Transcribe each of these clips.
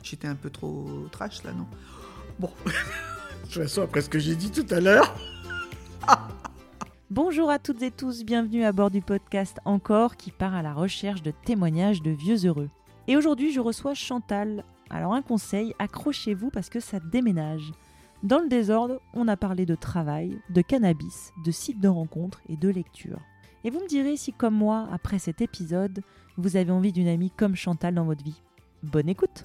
J'étais un peu trop trash là, non ? Bon, de toute façon, après ce que j'ai dit tout à l'heure... Bonjour à toutes et tous, bienvenue à bord du podcast Encore qui part à la recherche de témoignages de vieux heureux. Et aujourd'hui je reçois Chantal. Alors un conseil, accrochez-vous parce que ça déménage. Dans le désordre, on a parlé de travail, de cannabis, de sites de rencontres et de lecture. Et vous me direz si comme moi, après cet épisode, vous avez envie d'une amie comme Chantal dans votre vie. Bonne écoute.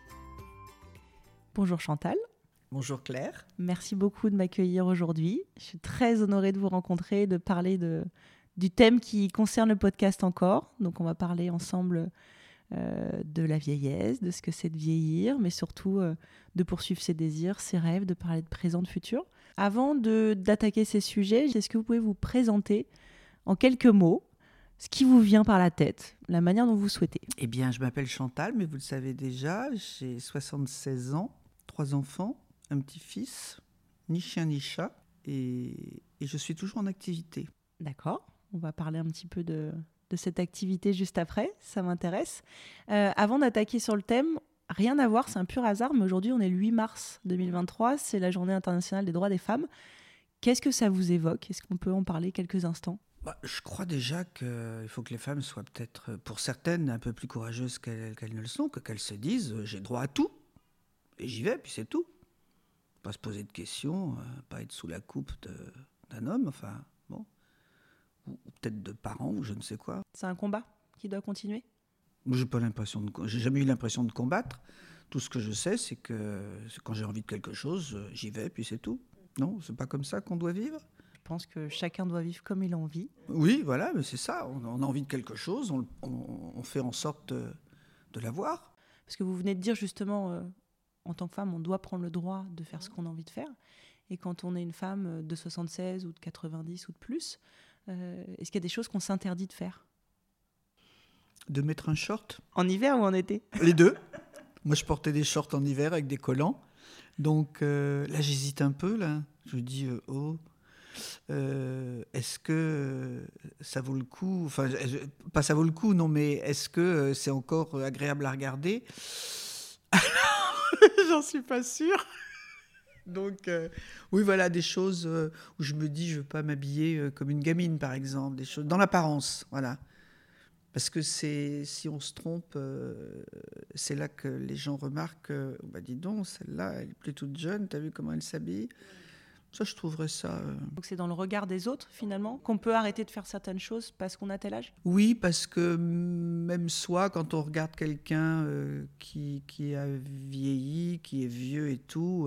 Bonjour Chantal. Bonjour Claire. Merci beaucoup de m'accueillir aujourd'hui. Je suis très honorée de vous rencontrer, de parler du thème qui concerne le podcast Encore. Donc on va parler ensemble de la vieillesse, de ce que c'est de vieillir, mais surtout de poursuivre ses désirs, ses rêves, de parler de présent, de futur. Avant d'attaquer ces sujets, est-ce que vous pouvez vous présenter en quelques mots ce qui vous vient par la tête, la manière dont vous souhaitez? Eh bien, je m'appelle Chantal, mais vous le savez déjà, j'ai 76 ans, 3 enfants, un petit-fils, ni chien ni chat, et je suis toujours en activité. D'accord, on va parler un petit peu de cette activité juste après, ça m'intéresse. Avant d'attaquer sur le thème, rien à voir, c'est un pur hasard, mais aujourd'hui on est le 8 mars 2023, c'est la journée internationale des droits des femmes. Qu'est-ce que ça vous évoque? Est-ce qu'on peut en parler quelques instants? Je crois déjà qu'il faut que les femmes soient peut-être, pour certaines, un peu plus courageuses qu'elles ne le sont, qu'elles se disent « j'ai droit à tout ». Et j'y vais, puis c'est tout. Pas se poser de questions, pas être sous la coupe d'un homme, enfin, bon. Ou peut-être de parents, ou je ne sais quoi. C'est un combat qui doit continuer? J'ai jamais eu l'impression de combattre. Tout ce que je sais, c'est que quand j'ai envie de quelque chose, j'y vais, puis c'est tout. Non, c'est pas comme ça qu'on doit vivre. Je pense que chacun doit vivre comme il a envie. Oui, voilà, mais c'est ça. On a envie de quelque chose, on fait en sorte de l'avoir. Parce que vous venez de dire justement, en tant que femme, on doit prendre le droit de faire ce qu'on a envie de faire. Et quand on est une femme de 76 ou de 90 ou de plus, est-ce qu'il y a des choses qu'on s'interdit de faire? De mettre un short. En hiver ou en été? Les deux. Moi, je portais des shorts en hiver avec des collants. Donc là, j'hésite un peu. Là. Je me dis, est-ce que ça vaut le coup? Enfin, pas ça vaut le coup, non, mais est-ce que c'est encore agréable à regarder? J'en suis pas sûre. Donc, oui, voilà, des choses où je me dis, je veux pas m'habiller comme une gamine, par exemple, des choses dans l'apparence, voilà. Parce que si on se trompe, c'est là que les gens remarquent, dis donc, celle-là, elle est plus toute jeune, t'as vu comment elle s'habille? Ça, je trouverais ça... Donc c'est dans le regard des autres, finalement, qu'on peut arrêter de faire certaines choses parce qu'on a tel âge? Oui, parce que même soi, quand on regarde quelqu'un qui a vieilli, qui est vieux et tout...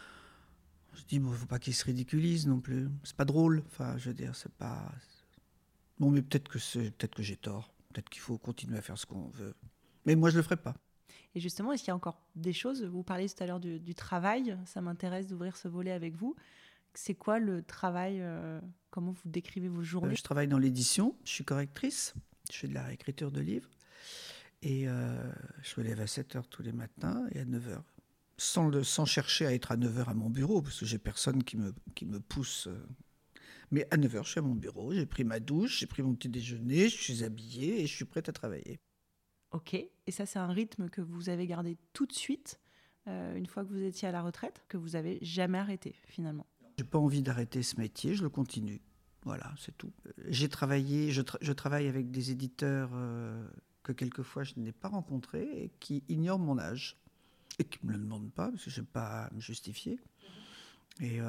je dis, bon, faut pas qu'il se ridiculise non plus. C'est pas drôle. Enfin, je veux dire, c'est pas... Bon, mais peut-être que j'ai tort. Peut-être qu'il faut continuer à faire ce qu'on veut. Mais moi, je le ferai pas. Et justement, est-ce qu'il y a encore des choses? Vous parliez tout à l'heure du travail. Ça m'intéresse d'ouvrir ce volet avec vous. C'est quoi le travail? Comment vous décrivez vos journées? Je travaille dans l'édition. Je suis correctrice. Je fais de la réécriture de livres. Et je me lève à 7h tous les matins et à 9h. Sans chercher à être à 9h à mon bureau, parce que j'ai personne qui me pousse. Mais à 9h, je suis à mon bureau, j'ai pris ma douche, j'ai pris mon petit déjeuner, je suis habillée et je suis prête à travailler. Ok, et ça c'est un rythme que vous avez gardé tout de suite, une fois que vous étiez à la retraite, que vous n'avez jamais arrêté finalement? J'ai pas envie d'arrêter ce métier, je le continue. Voilà, c'est tout. J'ai travaillé, je travaille avec des éditeurs que quelquefois je n'ai pas rencontrés et qui ignorent mon âge. Et qui ne me le demandent pas, parce que je n'ai pas à me justifier. Et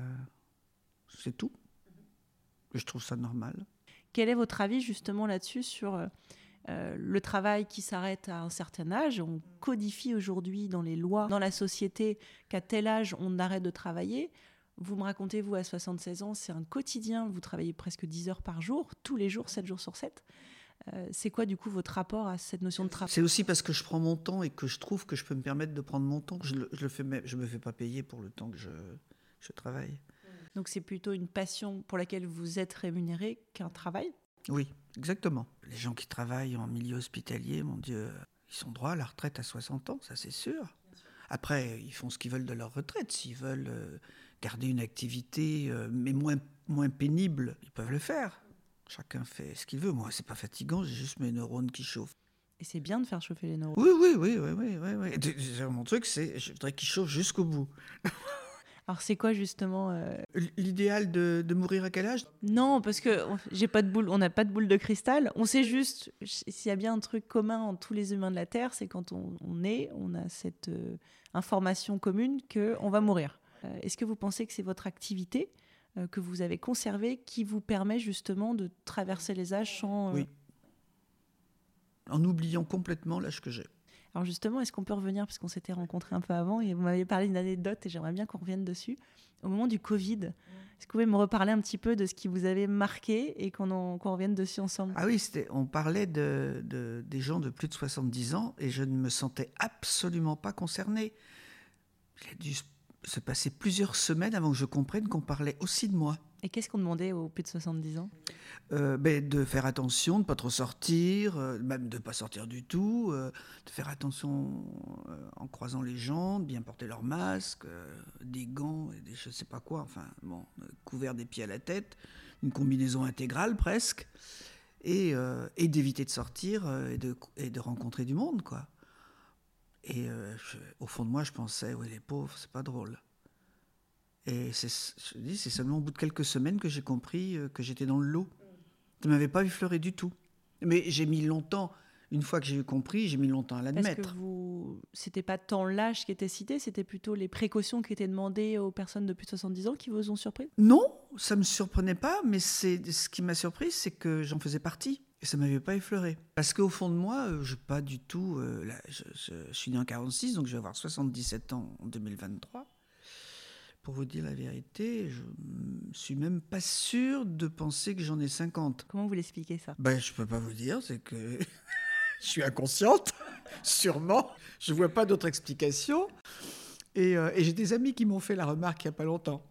c'est tout. Je trouve ça normal. Quel est votre avis justement là-dessus sur le travail qui s'arrête à un certain âge? On codifie aujourd'hui dans les lois, dans la société, qu'à tel âge, on arrête de travailler. Vous me racontez, vous, à 76 ans, c'est un quotidien. Vous travaillez presque 10 heures par jour, tous les jours, 7 jours sur 7. C'est quoi, du coup, votre rapport à cette notion de travail? C'est aussi parce que je prends mon temps et que je trouve que je peux me permettre de prendre mon temps. Je me fais pas payer pour le temps que je travaille. Donc c'est plutôt une passion pour laquelle vous êtes rémunéré qu'un travail? Oui, exactement. Les gens qui travaillent en milieu hospitalier, mon Dieu, ils sont droits à la retraite à 60 ans, ça c'est sûr. Après, ils font ce qu'ils veulent de leur retraite. S'ils veulent garder une activité, mais moins pénible, ils peuvent le faire. Chacun fait ce qu'il veut. Moi, c'est pas fatigant, j'ai juste mes neurones qui chauffent. Et c'est bien de faire chauffer les neurones. Oui. Mon truc, c'est je voudrais qu'il chauffe jusqu'au bout. Alors c'est quoi justement L'idéal de mourir à quel âge? Non, parce que j'ai pas de boule, on n'a pas de boule de cristal. On sait juste s'il y a bien un truc commun entre tous les humains de la Terre, c'est quand on est, on a cette information commune qu'on va mourir. Est-ce que vous pensez que c'est votre activité que vous avez conservée qui vous permet justement de traverser les âges sans... Oui. En oubliant complètement l'âge que j'ai. Alors justement, est-ce qu'on peut revenir, parce qu'on s'était rencontrés un peu avant, et vous m'avez parlé d'une anecdote, et j'aimerais bien qu'on revienne dessus. Au moment du Covid, est-ce que vous pouvez me reparler un petit peu de ce qui vous avait marqué, et qu'on revienne dessus ensemble? Ah oui, on parlait des gens de plus de 70 ans, et je ne me sentais absolument pas concerné. Il a dû se passer plusieurs semaines avant que je comprenne qu'on parlait aussi de moi. Et qu'est-ce qu'on demandait aux plus de 70 ans? De faire attention, de ne pas trop sortir, même de ne pas sortir du tout, de faire attention en croisant les gens, de bien porter leur masque, des gants et des je ne sais pas quoi, enfin bon, couvert des pieds à la tête, une combinaison intégrale presque, et d'éviter de sortir et de rencontrer du monde, quoi. Et au fond de moi, je pensais, oui, les pauvres, c'est pas drôle. Et c'est seulement au bout de quelques semaines que j'ai compris que j'étais dans le lot. Ça ne m'avait pas effleuré du tout. Mais j'ai mis longtemps, une fois que j'ai compris, j'ai mis longtemps à l'admettre. Parce que c'était pas tant l'âge qui était cité, c'était plutôt les précautions qui étaient demandées aux personnes de plus de 70 ans qui vous ont surpris? Non, ça ne me surprenait pas, mais ce qui m'a surpris, c'est que j'en faisais partie. Et ça ne m'avait pas effleuré. Parce qu'au fond de moi, je pas du tout... je suis né en 1946, donc je vais avoir 77 ans en 2023. Pour vous dire la vérité, je ne suis même pas sûr de penser que j'en ai 50. Comment vous l'expliquez ça? Je ne peux pas vous dire, c'est que je suis inconsciente, sûrement. Je ne vois pas d'autre explication. Et j'ai des amis qui m'ont fait la remarque il n'y a pas longtemps,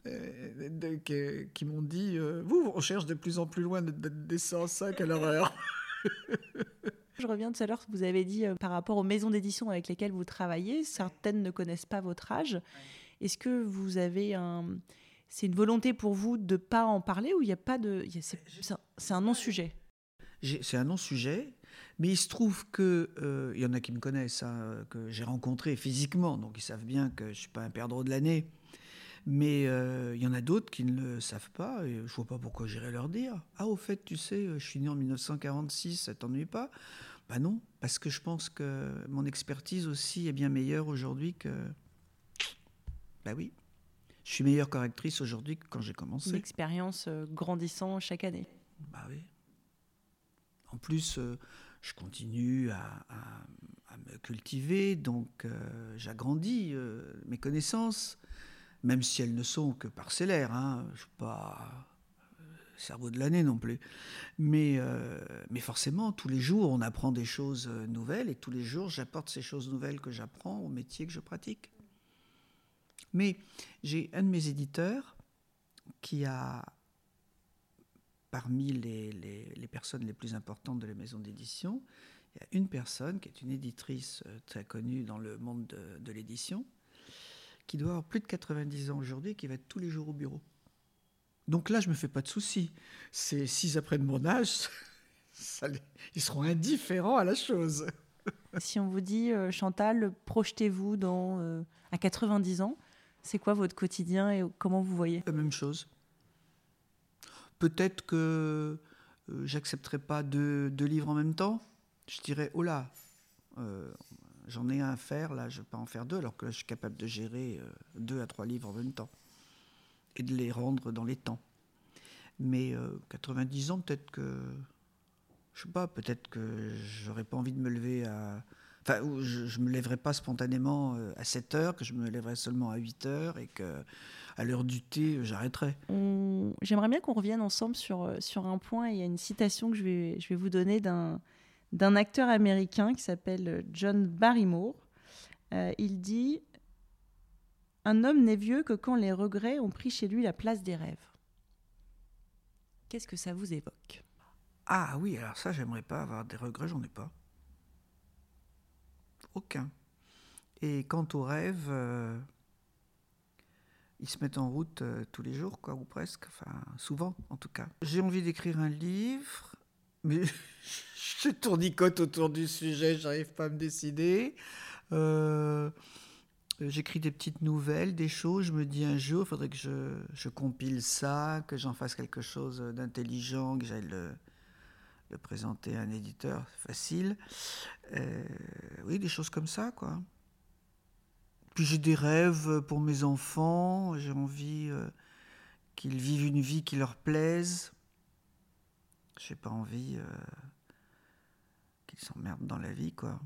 qui m'ont dit on cherche de plus en plus loin des 105 à l'heure. Je reviens tout à l'heure, vous avez dit par rapport aux maisons d'édition avec lesquelles vous travaillez, certaines ne connaissent pas votre âge. Est-ce que vous avez c'est une volonté pour vous de ne pas en parler ou il n'y a pas de... C'est un non-sujet? C'est un non-sujet, mais il se trouve que y en a qui me connaissent, que j'ai rencontré physiquement, donc ils savent bien que je ne suis pas un perdreau de l'année. Mais il y en a d'autres qui ne le savent pas, et je ne vois pas pourquoi j'irais leur dire. Ah, au fait, tu sais, je suis né en 1946, ça ne t'ennuie pas? Non, parce que je pense que mon expertise aussi est bien meilleure aujourd'hui que... oui, je suis meilleure correctrice aujourd'hui que quand j'ai commencé. L'expérience grandissant chaque année. Oui. En plus, je continue à me cultiver, donc j'agrandis mes connaissances, même si elles ne sont que parcellaires. Je ne suis pas cerveau de l'année non plus. Mais forcément, tous les jours, on apprend des choses nouvelles, et tous les jours, j'apporte ces choses nouvelles que j'apprends au métier que je pratique. Mais j'ai un de mes éditeurs qui a, parmi les personnes les plus importantes de la maison d'édition, il y a une personne qui est une éditrice très connue dans le monde de l'édition, qui doit avoir plus de 90 ans aujourd'hui et qui va être tous les jours au bureau. Donc là, je ne me fais pas de soucis. S'ils apprennent mon âge, ils seront indifférents à la chose. Si on vous dit, Chantal, projetez-vous à 90 ans, c'est quoi votre quotidien et comment vous voyez? La même chose. Peut-être que j'accepterai pas deux livres en même temps. Je dirais, oh là, j'en ai un à faire, là, je ne vais pas en faire deux, alors que là, je suis capable de gérer 2 à 3 livres en même temps et de les rendre dans les temps. Mais 90 ans, peut-être que... Je sais pas, peut-être que j'aurais pas envie de me lever à... Enfin, je me lèverais pas spontanément à 7 heures, que je me lèverais seulement à 8 heures et qu'à l'heure du thé, j'arrêterais. J'aimerais bien qu'on revienne ensemble sur un point. Il y a une citation que je vais vous donner d'un acteur américain qui s'appelle John Barrymore. Il dit « Un homme n'est vieux que quand les regrets ont pris chez lui la place des rêves. » Qu'est-ce que ça vous évoque? Ah oui, alors ça, j'aimerais pas avoir des regrets, j'en ai pas. Aucun. Et quant aux rêves, ils se mettent en route tous les jours, quoi, ou presque, enfin souvent en tout cas. J'ai envie d'écrire un livre, Mais je tournicote autour du sujet, j'arrive pas à me décider. J'écris des petites nouvelles, des choses. Je me dis un jour, il faudrait que je compile ça, que j'en fasse quelque chose d'intelligent, que j'aille le présenter à un éditeur facile. Oui, des choses comme ça, quoi. Puis j'ai des rêves pour mes enfants. J'ai envie qu'ils vivent une vie qui leur plaise. J'ai pas envie qu'ils s'emmerdent dans la vie, quoi.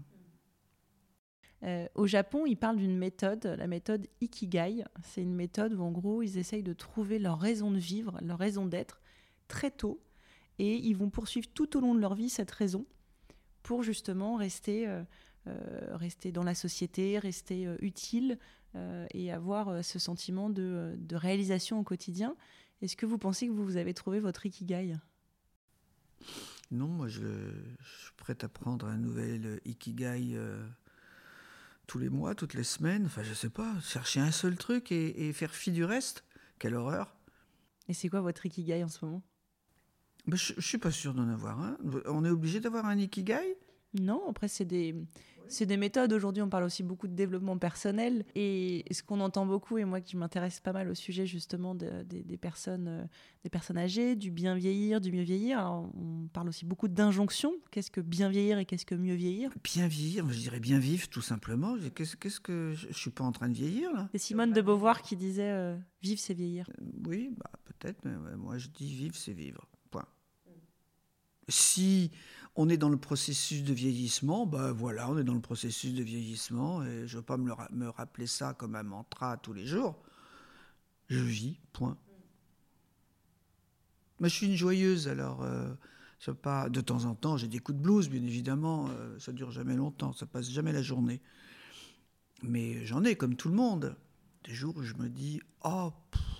Au Japon, ils parlent d'une méthode, la méthode Ikigai. C'est une méthode où, en gros, ils essayent de trouver leur raison de vivre, leur raison d'être, très tôt. Et ils vont poursuivre tout au long de leur vie cette raison pour justement rester dans la société, rester utile et avoir ce sentiment de réalisation au quotidien. Est-ce que vous pensez que vous avez trouvé votre Ikigai ? Non, moi je suis prête à prendre un nouvel Ikigai tous les mois, toutes les semaines. Enfin, je sais pas, chercher un seul truc et faire fi du reste. Quelle horreur. Et c'est quoi votre Ikigai en ce moment ? Ben, je suis pas sûr d'en avoir un. On est obligé d'avoir un Ikigai ? Non, après c'est des méthodes. Aujourd'hui, on parle aussi beaucoup de développement personnel. Et ce qu'on entend beaucoup, et moi qui m'intéresse pas mal au sujet justement des personnes âgées, du bien vieillir, du mieux vieillir. Alors, on parle aussi beaucoup d'injonctions. Qu'est-ce que bien vieillir et qu'est-ce que mieux vieillir ? Bien vieillir, je dirais bien vivre tout simplement. Qu'est-ce que je suis pas en train de vieillir là ? C'est Simone de Beauvoir qui disait vivre c'est vieillir. Oui, bah, peut-être, mais moi je dis vivre c'est vivre. Point. Si on est dans le processus de vieillissement, ben voilà, on est dans le processus de vieillissement et je ne veux pas me rappeler ça comme un mantra tous les jours. Je vis, point. Mais je suis une joyeuse, alors pas, de temps en temps, j'ai des coups de blues, bien évidemment, ça ne dure jamais longtemps, ça passe jamais la journée. Mais j'en ai, comme tout le monde, des jours où je me dis « Oh,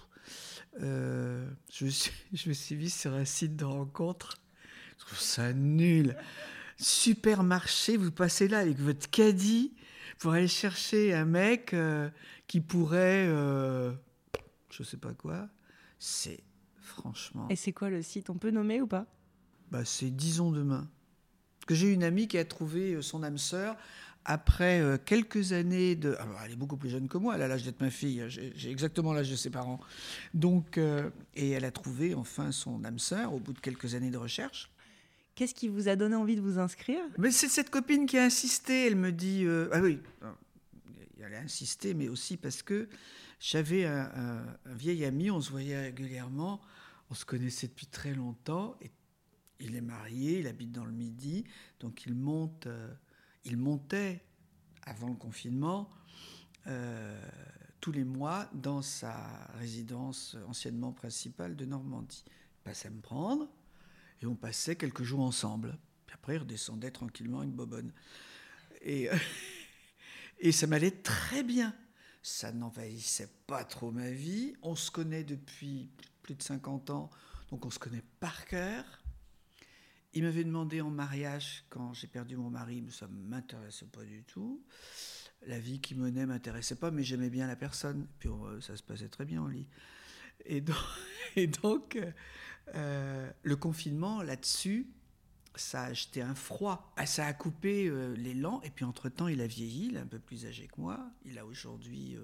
je me suis mis sur un site de rencontre. Je trouve ça nul. Supermarché, vous passez là avec votre caddie pour aller chercher un mec qui pourrait, je sais pas quoi. C'est franchement. Et c'est quoi le site ? On peut nommer ou pas ? Bah, c'est Disons Demain. Parce que j'ai une amie qui a trouvé son âme sœur après quelques années de. Alors, elle est beaucoup plus jeune que moi, elle a l'âge d'être ma fille. J'ai exactement l'âge de ses parents. Donc, et elle a trouvé enfin son âme sœur au bout de quelques années de recherche. Qu'est-ce qui vous a donné envie de vous inscrire ? Mais c'est cette copine qui a insisté. Elle me dit ah oui, elle a insisté, mais aussi parce que j'avais un vieil ami, on se voyait régulièrement, on se connaissait depuis très longtemps. Et il est marié, il habite dans le Midi, donc il montait avant le confinement tous les mois dans sa résidence anciennement principale de Normandie. Il passait à me prendre. Et on passait quelques jours ensemble. Puis après, il redescendait tranquillement une bobonne. Et ça m'allait très bien. Ça n'envahissait pas trop ma vie. On se connaît depuis plus de 50 ans, donc on se connaît par cœur. Il m'avait demandé en mariage quand j'ai perdu mon mari, mais ça ne m'intéressait pas du tout. La vie qu'il menait ne m'intéressait pas, mais j'aimais bien la personne. Puis ça se passait très bien au lit. Et donc le confinement, là-dessus, ça a jeté un froid. Ça a coupé l'élan. Et puis, entre-temps, il a vieilli. Il est un peu plus âgé que moi. Il a aujourd'hui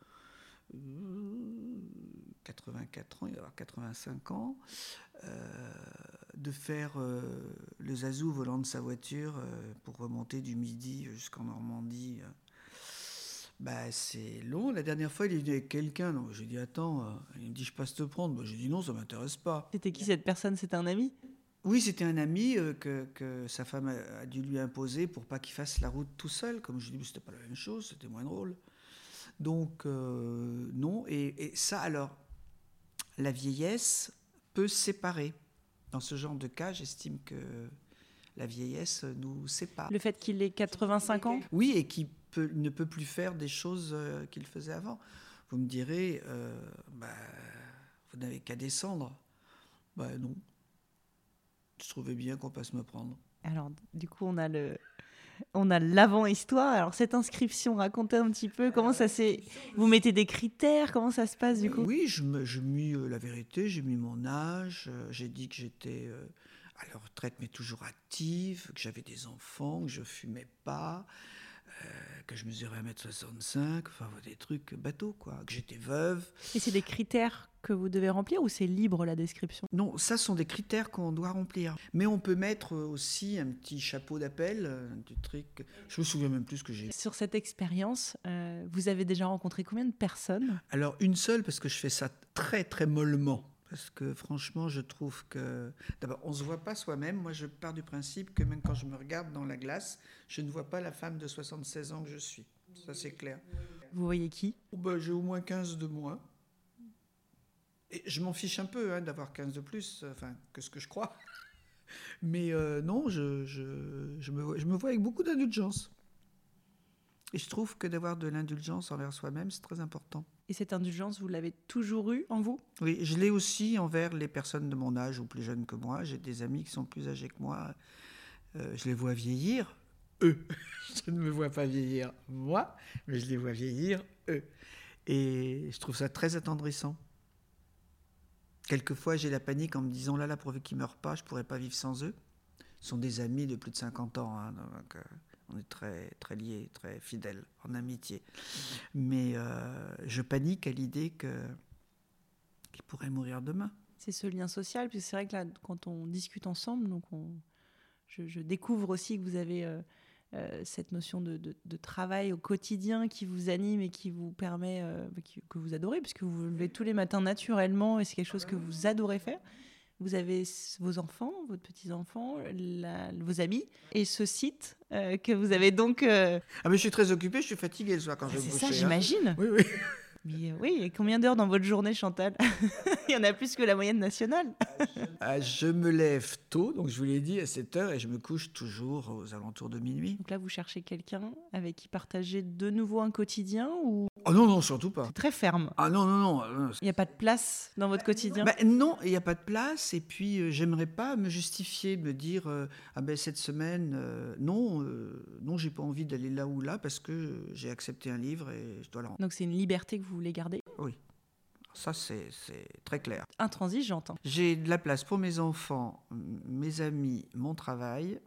84 ans. Il va avoir 85 ans. De faire le zazou volant de sa voiture pour remonter du Midi jusqu'en Normandie... Bah, c'est long. La dernière fois, il est venu avec quelqu'un. Donc, j'ai dit, attends, il me dit, je passe te prendre. Bah, j'ai dit, non, ça ne m'intéresse pas. C'était qui cette personne ? C'était un ami ? Oui, c'était un ami que sa femme a dû lui imposer pour pas qu'il fasse la route tout seul. Comme je dis, c'était pas la même chose, c'était moins drôle. Donc, non. Et ça, alors, la vieillesse peut séparer. Dans ce genre de cas, j'estime que la vieillesse nous sépare. Le fait qu'il ait 85 ans ? Oui, et qu'il ne peut plus faire des choses qu'il faisait avant. Vous me direz, vous n'avez qu'à descendre. Bah non. Je trouvais bien qu'on passe me prendre. Alors, du coup, on a l'avant-histoire. Alors, cette inscription, racontez un petit peu comment ça s'est... Vous mettez des critères, comment ça se passe du coup ? Oui, je mis la vérité, j'ai mis mon âge, j'ai dit que j'étais à la retraite, mais toujours active, que j'avais des enfants, que je fumais pas, que je mesurais 1,65 m, enfin des trucs bateaux, quoi, que j'étais veuve. Et c'est des critères que vous devez remplir ou c'est libre la description? Non, ça sont des critères qu'on doit remplir. Mais on peut mettre aussi un petit chapeau d'appel, du truc. Je me souviens même plus ce que j'ai. Sur cette expérience, vous avez déjà rencontré combien de personnes? Alors une seule, parce que je fais ça très très mollement. Parce que franchement, je trouve que... D'abord, on ne se voit pas soi-même. Moi, je pars du principe que même quand je me regarde dans la glace, je ne vois pas la femme de 76 ans que je suis. Ça, c'est clair. Vous voyez qui? J'ai au moins 15 de moins. Et je m'en fiche un peu d'avoir 15 de plus, que ce que je crois. Mais non, je me vois avec beaucoup d'indulgence. Et je trouve que d'avoir de l'indulgence envers soi-même, c'est très important. Et cette indulgence, vous l'avez toujours eue en vous? Oui, je l'ai aussi envers les personnes de mon âge ou plus jeunes que moi. J'ai des amis qui sont plus âgés que moi. Je les vois vieillir, eux. Je ne me vois pas vieillir, moi, mais je les vois vieillir, eux. Et je trouve ça très attendrissant. Quelquefois, j'ai la panique en me disant, là, pourvu qu'ils ne meurent pas, je ne pourrais pas vivre sans eux. Ce sont des amis de plus de 50 ans, donc on est très, très liés, très fidèles, en amitié. Mais je panique à l'idée qu'ils pourraient mourir demain. C'est ce lien social, puis c'est vrai que là, quand on discute ensemble, donc je découvre aussi que vous avez cette notion de travail au quotidien qui vous anime et qui vous permet, que vous adorez, puisque vous vous levez tous les matins naturellement et c'est quelque chose que vous adorez faire. Vous avez vos enfants, vos petits-enfants, vos amis, et ce site que vous avez donc... Ah mais je suis très occupée, je suis fatiguée le soir quand je vais me coucher. C'est ça, j'imagine. Oui, oui. Mais oui, et combien d'heures dans votre journée, Chantal? Il y en a plus que la moyenne nationale. Je me lève tôt, donc je vous l'ai dit, à 7h, et je me couche toujours aux alentours de minuit. Donc là, vous cherchez quelqu'un avec qui partager de nouveau un quotidien ou... Oh non, non, surtout pas. C'est très ferme. Ah non, non, non. Il n'y a pas de place dans votre quotidien? Non, il n'y a pas de place, et puis j'aimerais pas me justifier, me dire cette semaine, non, j'ai pas envie d'aller là ou là parce que j'ai accepté un livre et je dois le rendre. Donc c'est une liberté que vous voulez garder? Oui, ça c'est très clair. Intransigeante. J'ai de la place pour mes enfants, mes amis, mon travail,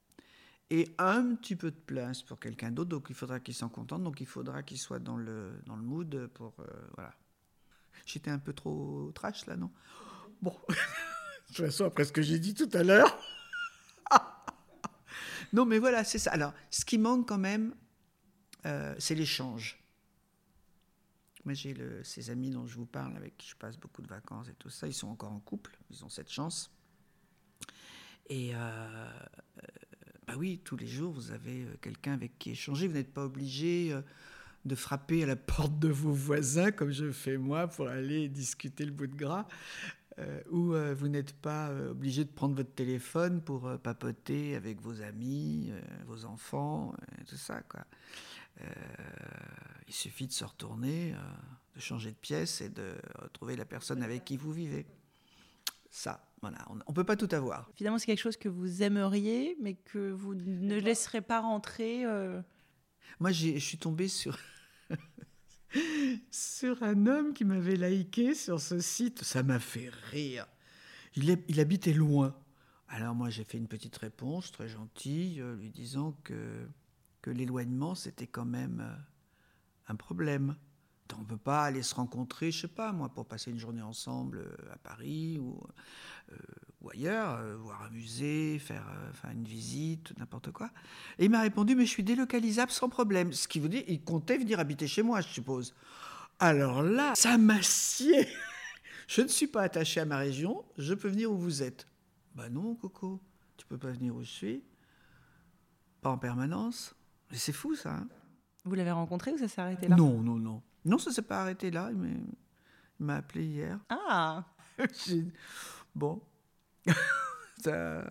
et un petit peu de place pour quelqu'un d'autre, donc il faudra qu'il s'en contente, donc il faudra qu'il soit dans le mood pour... voilà. J'étais un peu trop trash là, non? Bon, de toute façon, après ce que j'ai dit tout à l'heure... Non, mais voilà, c'est ça. Alors, ce qui manque quand même, c'est l'échange. Moi, j'ai ces amis dont je vous parle, avec qui je passe beaucoup de vacances et tout ça, ils sont encore en couple, ils ont cette chance. Et oui, tous les jours, vous avez quelqu'un avec qui échanger. Vous n'êtes pas obligé de frapper à la porte de vos voisins, comme je fais moi, pour aller discuter le bout de gras. Ou vous n'êtes pas obligé de prendre votre téléphone pour papoter avec vos amis, vos enfants, tout ça, quoi. Il suffit de se retourner, de changer de pièce et de retrouver la personne avec qui vous vivez. Ça, voilà, on ne peut pas tout avoir. Finalement, c'est quelque chose que vous aimeriez, mais que vous ne laisserez pas rentrer. Moi, je suis tombée sur un homme qui m'avait liké sur ce site. Ça m'a fait rire. Il habitait loin. Alors moi, j'ai fait une petite réponse très gentille, lui disant que l'éloignement, c'était quand même un problème. On ne peut pas aller se rencontrer, je sais pas moi, pour passer une journée ensemble à Paris ou ailleurs, voir un musée, faire une visite, n'importe quoi. Et il m'a répondu, mais je suis délocalisable sans problème. Ce qui veut dire, il comptait venir habiter chez moi, je suppose. Alors là, ça m'a scié. Je ne suis pas attaché à ma région, je peux venir où vous êtes. Ben non, Coco, tu peux pas venir où je suis. Pas en permanence. Mais c'est fou, ça. Hein. Vous l'avez rencontré ou ça s'est arrêté là? Non, non, non. Non, ça s'est pas arrêté là. Il m'a appelé hier. Ah. Bon. Ça...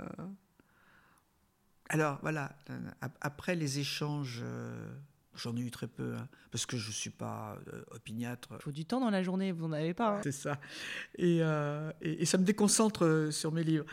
Alors, voilà. Après les échanges... J'en ai eu très peu, hein, parce que je ne suis pas opiniâtre. Il faut du temps dans la journée, vous n'en avez pas. Hein. C'est ça. Et ça me déconcentre sur mes livres.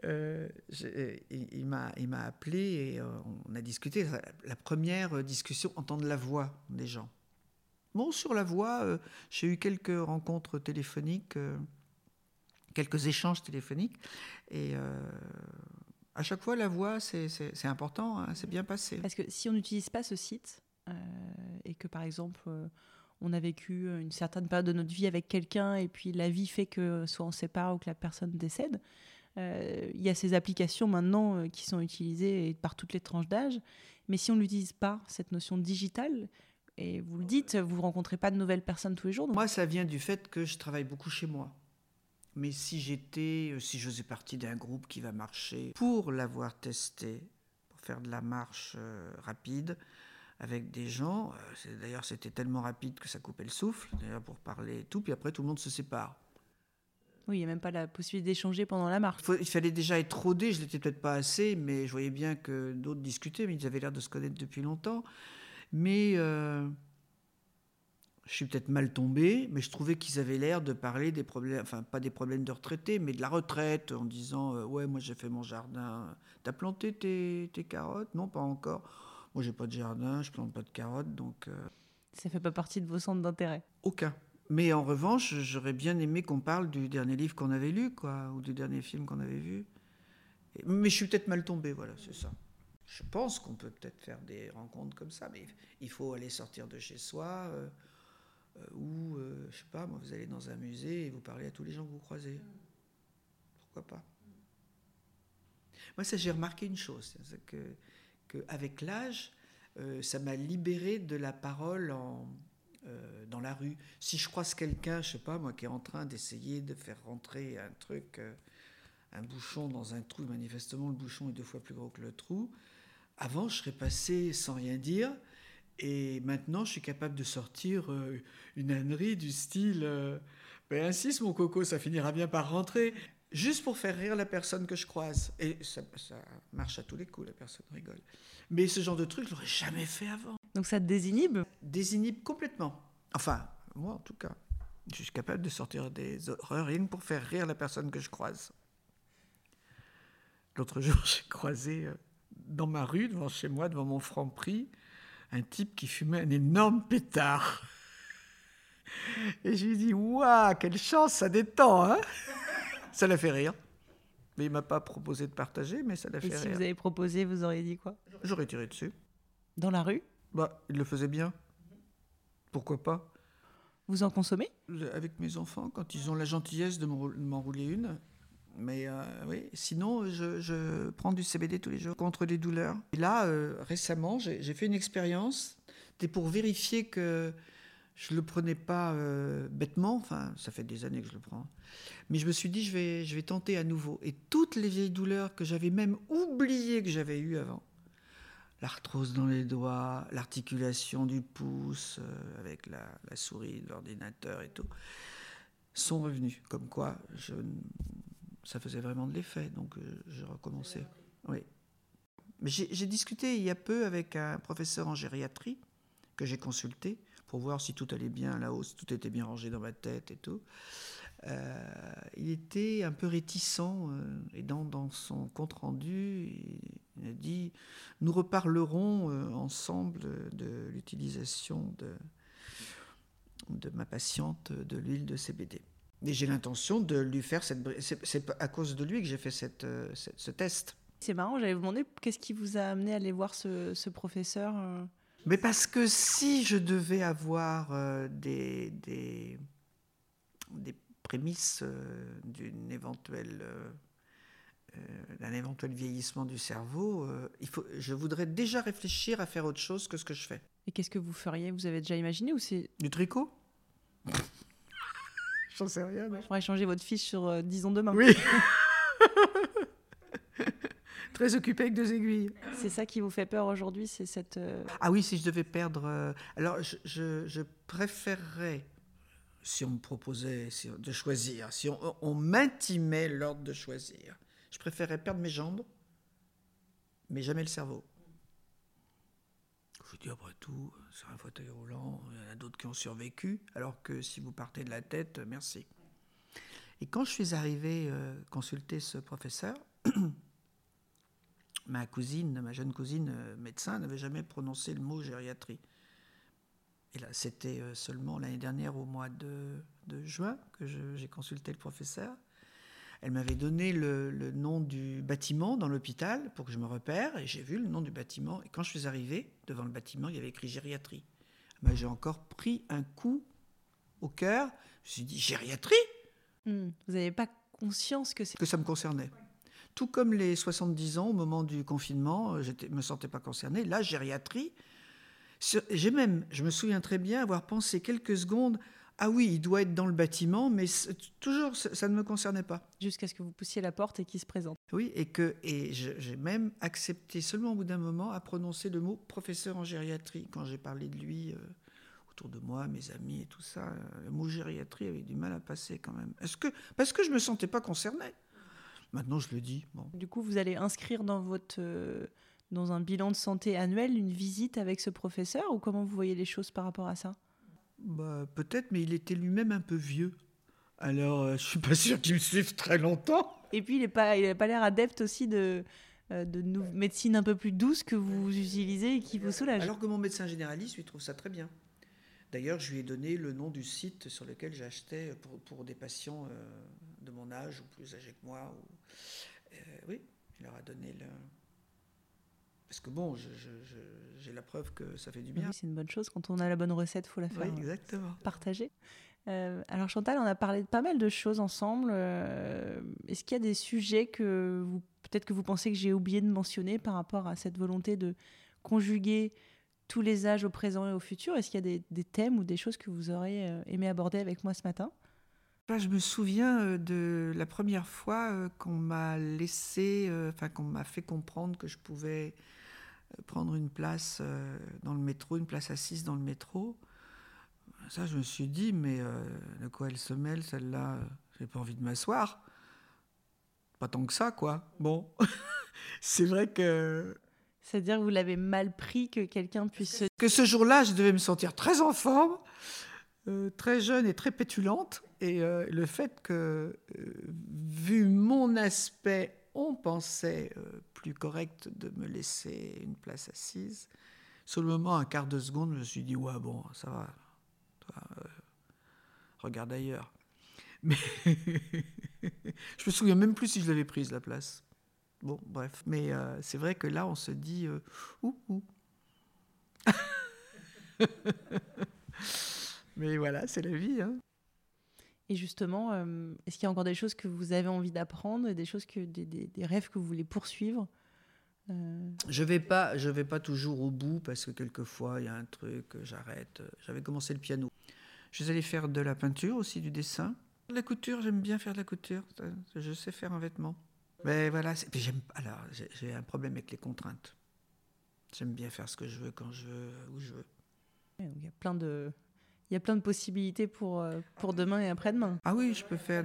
Il m'a appelé et on a discuté. La première discussion, entendre la voix des gens. Bon, sur la voix, j'ai eu quelques rencontres téléphoniques quelques échanges téléphoniques. Et à chaque fois, la voix, c'est important, hein, c'est bien passé. Parce que si on n'utilise pas ce site, et que par exemple, on a vécu une certaine période de notre vie avec quelqu'un, et puis la vie fait que soit on se sépare ou que la personne décède, il y a ces applications maintenant qui sont utilisées par toutes les tranches d'âge. Mais si on n'utilise pas cette notion digitale, et vous le dites, vous ne rencontrez pas de nouvelles personnes tous les jours. Donc... Moi, ça vient du fait que je travaille beaucoup chez moi. Mais si je faisais partie d'un groupe qui va marcher, pour l'avoir testé, pour faire de la marche rapide avec des gens, d'ailleurs c'était tellement rapide que ça coupait le souffle, d'ailleurs pour parler et tout, puis après tout le monde se sépare. Oui, il n'y a même pas la possibilité d'échanger pendant la marche. Il fallait déjà être rodé, je ne l'étais peut-être pas assez, mais je voyais bien que d'autres discutaient, mais ils avaient l'air de se connaître depuis longtemps. Mais je suis peut-être mal tombé, mais je trouvais qu'ils avaient l'air de parler des problèmes, enfin pas des problèmes de retraités, mais de la retraite, en disant ouais, moi j'ai fait mon jardin. T'as planté tes carottes? Non, pas encore. Moi j'ai pas de jardin, je plante pas de carottes, donc. Ça fait pas partie de vos centres d'intérêt? Aucun. Mais en revanche, j'aurais bien aimé qu'on parle du dernier livre qu'on avait lu, quoi, ou du dernier film qu'on avait vu. Mais je suis peut-être mal tombé, voilà, c'est ça. Je pense qu'on peut peut-être faire des rencontres comme ça, mais il faut aller sortir de chez soi. Ou, je sais pas, moi, vous allez dans un musée et vous parlez à tous les gens que vous croisez. Pourquoi pas? Moi, ça, j'ai remarqué une chose, c'est qu'avec l'âge, ça m'a libéré de la parole dans la rue. Si je croise quelqu'un, je sais pas, moi, qui est en train d'essayer de faire rentrer un truc, un bouchon dans un trou, manifestement, le bouchon est 2 fois plus gros que le trou, avant, je serais passé sans rien dire. Et maintenant, je suis capable de sortir une ânerie du style ben insiste mon coco, ça finira bien par rentrer, juste pour faire rire la personne que je croise. Et ça marche à tous les coups, la personne rigole. Mais ce genre de truc, je l'aurais jamais fait avant. Donc ça te désinhibe? Désinhibe complètement. Enfin, moi en tout cas. Je suis capable de sortir des horreurs rien pour faire rire la personne que je croise. L'autre jour, j'ai croisé dans ma rue, devant chez moi, devant mon Franprix, un type qui fumait un énorme pétard. Et je lui ai dit, waouh, quelle chance, ça détend, hein. Ça l'a fait rire. Mais il ne m'a pas proposé de partager, mais ça l'a fait rire. Et si vous avez proposé, vous auriez dit quoi? J'aurais tiré dessus. Dans la rue? Bah, il le faisait bien. Pourquoi pas? Vous en consommez? Avec mes enfants, quand ils ont la gentillesse de m'enrouler une. Mais oui, sinon, je prends du CBD tous les jours contre les douleurs. Et là, récemment, j'ai fait une expérience. C'était pour vérifier que je ne le prenais pas bêtement. Enfin, ça fait des années que je le prends. Mais je me suis dit, je vais tenter à nouveau. Et toutes les vieilles douleurs que j'avais même oubliées que j'avais eues avant, l'arthrose dans les doigts, l'articulation du pouce avec la souris de l'ordinateur et tout, sont revenues. Comme quoi, ça faisait vraiment de l'effet, donc j'ai recommencé. Oui. Mais j'ai discuté il y a peu avec un professeur en gériatrie que j'ai consulté pour voir si tout allait bien là-haut, si tout était bien rangé dans ma tête et tout. Il était un peu réticent et dans son compte-rendu, il a dit « Nous reparlerons ensemble de l'utilisation de ma patiente de l'huile de CBD. » Et j'ai l'intention de lui faire c'est à cause de lui que j'ai fait ce test. C'est marrant, j'allais vous demander qu'est-ce qui vous a amené à aller voir ce professeur Mais parce que si je devais avoir des prémices d'un éventuel vieillissement du cerveau, je voudrais déjà réfléchir à faire autre chose que ce que je fais. Et qu'est-ce que vous feriez? Vous avez déjà imaginé ou c'est... Du tricot? J'en sais rien. Je pourrais changer votre fiche sur Disons demain. Oui. Très occupé avec 2 aiguilles. C'est ça qui vous fait peur aujourd'hui, c'est cette... Ah oui, si je devais perdre... alors, je préférerais, si on me proposait de choisir, si on m'intimait l'ordre de choisir, je préférerais perdre mes jambes, mais jamais le cerveau. Je vous dis, après tout, sur un fauteuil roulant, il y en a d'autres qui ont survécu, alors que si vous partez de la tête, merci. Et quand je suis arrivé consulter ce professeur, ma jeune cousine médecin, n'avait jamais prononcé le mot gériatrie. Et là, c'était seulement l'année dernière, au mois de juin, que j'ai consulté le professeur. Elle m'avait donné le nom du bâtiment dans l'hôpital pour que je me repère, et j'ai vu le nom du bâtiment. Et quand je suis arrivée devant le bâtiment, il y avait écrit gériatrie. Ben, j'ai encore pris un coup au cœur. Je me suis dit, gériatrie ? Vous n'avez pas conscience que c'est... Que ça me concernait. Tout comme les 70 ans, au moment du confinement, je ne me sentais pas concernée. Là, gériatrie. Je me souviens très bien avoir pensé quelques secondes, ah oui, il doit être dans le bâtiment, mais toujours, ça ne me concernait pas. Jusqu'à ce que vous poussiez la porte et qu'il se présente. Oui, et j'ai même accepté seulement au bout d'un moment à prononcer le mot professeur en gériatrie. Quand j'ai parlé de lui autour de moi, mes amis et tout ça, le mot gériatrie avait du mal à passer quand même. Parce que je ne me sentais pas concernée. Maintenant, je le dis. Bon. Du coup, vous allez inscrire dans dans un bilan de santé annuel une visite avec ce professeur, ou comment vous voyez les choses par rapport à ça ? Bah, peut-être, mais il était lui-même un peu vieux. Alors, je ne suis pas sûre qu'il me suive très longtemps. Et puis, il n'a pas l'air adepte aussi de médecine un peu plus douce que vous utilisez et qui vous soulage. Alors que mon médecin généraliste, lui, trouve ça très bien. D'ailleurs, je lui ai donné le nom du site sur lequel j'achetais pour des patients de mon âge ou plus âgés que moi. Oui, il leur a donné le... Parce que bon, j'ai la preuve que ça fait du bien. Oui, c'est une bonne chose. Quand on a la bonne recette, il faut la faire partager. Alors Chantal, on a parlé de pas mal de choses ensemble. Est-ce qu'il y a des sujets peut-être que vous pensez que j'ai oublié de mentionner par rapport à cette volonté de conjuguer tous les âges au présent et au futur ? Est-ce qu'il y a des thèmes ou des choses que vous aurez aimé aborder avec moi ce matin ? Je me souviens de la première fois qu'on m'a qu'on m'a fait comprendre que je pouvais prendre une place dans le métro, une place assise dans le métro. Ça, je me suis dit, mais de quoi elle se mêle, celle-là ? J'ai pas envie de m'asseoir. Pas tant que ça, quoi. Bon, c'est vrai que... C'est-à-dire que vous l'avez mal pris que quelqu'un puisse... Que ce jour-là, je devais me sentir très en forme, très jeune et très pétulante. Et le fait que, vu mon aspect, on pensait plus correct de me laisser une place assise. Sur le moment, un quart de seconde, je me suis dit, ouais, bon, ça va. Toi, regarde ailleurs. Mais je me souviens même plus si je l'avais prise, la place. Bon, bref. Mais c'est vrai que là, on se dit, ouh. Mais voilà, c'est la vie, hein. Et justement, est-ce qu'il y a encore des choses que vous avez envie d'apprendre, des choses des rêves que vous voulez poursuivre ? Je vais pas toujours au bout parce que quelquefois il y a un truc, j'arrête. J'avais commencé le piano. Je suis allé faire de la peinture aussi, du dessin. La couture, j'aime bien faire de la couture. Je sais faire un vêtement. Mais voilà, j'ai un problème avec les contraintes. J'aime bien faire ce que je veux, quand je veux, où je veux. Il y a plein de possibilités pour demain et après-demain. Ah oui, je peux faire...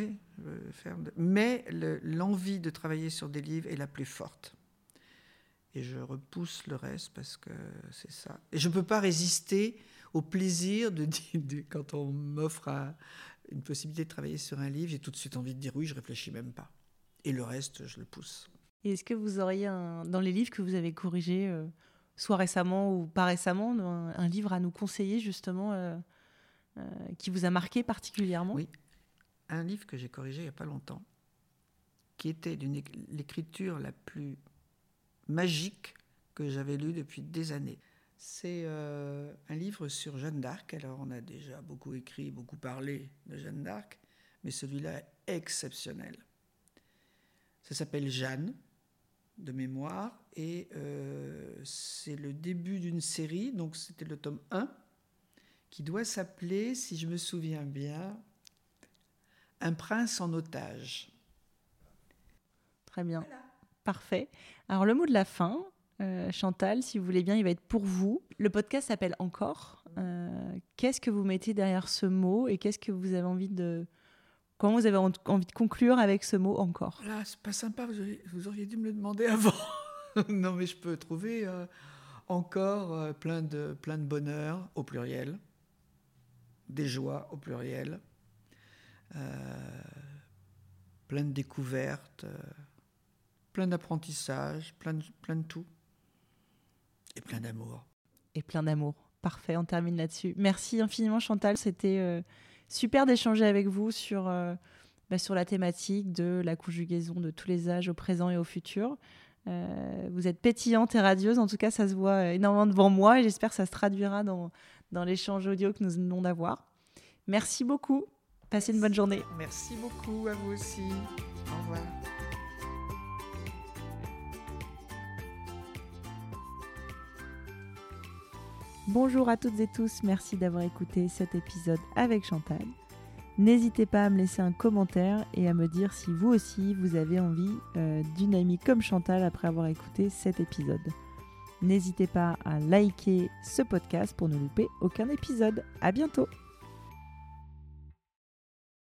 Mais l'envie de travailler sur des livres est la plus forte. Et je repousse le reste parce que c'est ça. Et je ne peux pas résister au plaisir quand on m'offre une possibilité de travailler sur un livre, j'ai tout de suite envie de dire oui, je ne réfléchis même pas. Et le reste, je le pousse. Et est-ce que vous auriez, dans les livres que vous avez corrigés, soit récemment ou pas récemment, un livre à nous conseiller justement qui vous a marqué particulièrement ? Oui, un livre que j'ai corrigé il n'y a pas longtemps, qui était l'écriture la plus magique que j'avais lu depuis des années. C'est un livre sur Jeanne d'Arc. Alors on a déjà beaucoup écrit, beaucoup parlé de Jeanne d'Arc, mais celui-là est exceptionnel. Ça s'appelle Jeanne, de mémoire, et c'est le début d'une série, donc c'était le tome 1, qui doit s'appeler, si je me souviens bien, Un prince en otage. Très bien. Voilà. Parfait. Alors, le mot de la fin, Chantal, si vous voulez bien, il va être pour vous. Le podcast s'appelle Encore. Qu'est-ce que vous mettez derrière ce mot et qu'est-ce que vous avez envie de... Comment vous avez envie de conclure avec ce mot Encore ? Là, c'est pas sympa, vous auriez dû me le demander avant. Non, mais je peux trouver encore plein de bonheur au pluriel, des joies au pluriel, plein de découvertes, plein d'apprentissage, plein de tout. Et plein d'amour. Et plein d'amour. Parfait, on termine là-dessus. Merci infiniment Chantal, c'était super d'échanger avec vous sur sur la thématique de la conjugaison de tous les âges au présent et au futur. Vous êtes pétillante et radieuse, en tout cas ça se voit énormément devant moi et j'espère que ça se traduira dans l'échange audio que nous venons d'avoir. Merci beaucoup, passez une bonne journée. Merci beaucoup, à vous aussi. Au revoir. Bonjour à toutes et tous, merci d'avoir écouté cet épisode avec Chantal. N'hésitez pas à me laisser un commentaire et à me dire si vous aussi vous avez envie d'une amie comme Chantal après avoir écouté cet épisode. N'hésitez pas à liker ce podcast pour ne louper aucun épisode. À bientôt!